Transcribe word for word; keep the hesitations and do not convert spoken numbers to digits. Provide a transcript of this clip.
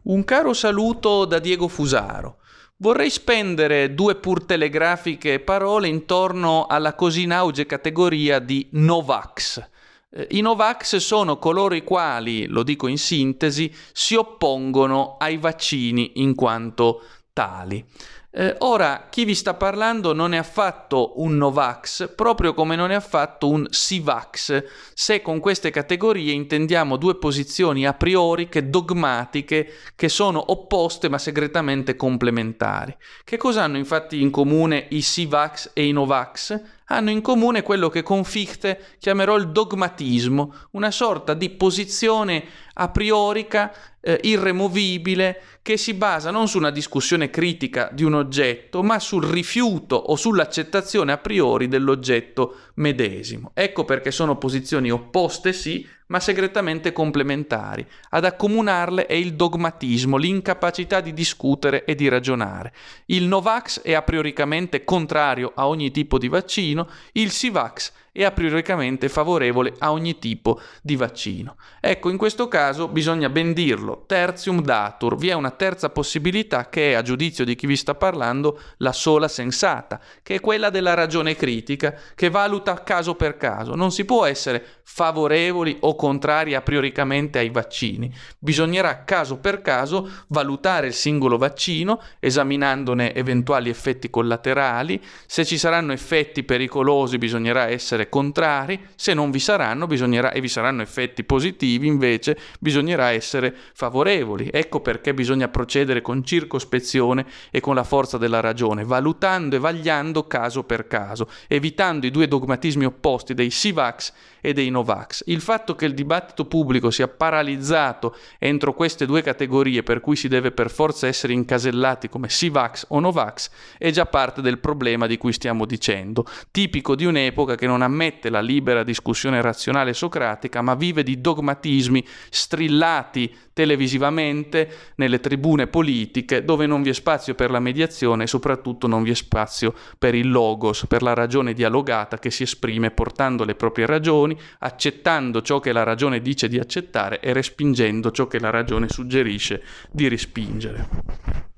Un caro saluto da Diego Fusaro. Vorrei spendere due pur telegrafiche parole intorno alla così in auge categoria di Novax. Eh, I Novax sono coloro i quali, lo dico in sintesi, si oppongono ai vaccini in quanto tali. Eh, ora, chi vi sta parlando non è affatto un Novax, proprio come non è affatto un Sivax, se con queste categorie intendiamo due posizioni a priori che dogmatiche, che sono opposte ma segretamente complementari. Che cosa hanno infatti in comune i Sivax e i Novax? Hanno in comune quello che con Fichte chiamerò il dogmatismo, una sorta di posizione a priorica, eh, irremovibile, che si basa non su una discussione critica di un oggetto, ma sul rifiuto o sull'accettazione a priori dell'oggetto medesimo. Ecco perché sono posizioni opposte, sì, ma segretamente complementari. Ad accomunarle è il dogmatismo, l'incapacità di discutere e di ragionare. Il Novax è a prioricamente contrario a ogni tipo di vaccino, il Sivax è a prioricamente favorevole a ogni tipo di vaccino. Ecco, in questo caso bisogna ben dirlo, tertium datur, vi è una terza possibilità che è, a giudizio di chi vi sta parlando, la sola sensata, che è quella della ragione critica, che valuta caso per caso. Non si può essere favorevoli o contrari a prioricamente ai vaccini. Bisognerà caso per caso valutare il singolo vaccino, esaminandone eventuali effetti collaterali. Se ci saranno effetti pericolosi bisognerà essere contrari, se non vi saranno bisognerà e vi saranno effetti positivi invece bisognerà essere favorevoli. Ecco perché bisogna procedere con circospezione e con la forza della ragione, valutando e vagliando caso per caso, evitando i due dogmatismi opposti dei Sivax e dei Novax. Il fatto che il dibattito pubblico sia paralizzato entro queste due categorie, per cui si deve per forza essere incasellati come Sivax o Novax, è già parte del problema di cui stiamo dicendo, tipico di un'epoca che non ammette la libera discussione razionale socratica, ma vive di dogmatismi strillati televisivamente nelle tribune politiche, dove non vi è spazio per la mediazione e soprattutto non vi è spazio per il logos, per la ragione dialogata che si esprime portando le proprie ragioni, accettando ciò che la ragione dice di accettare e respingendo ciò che la ragione suggerisce di respingere.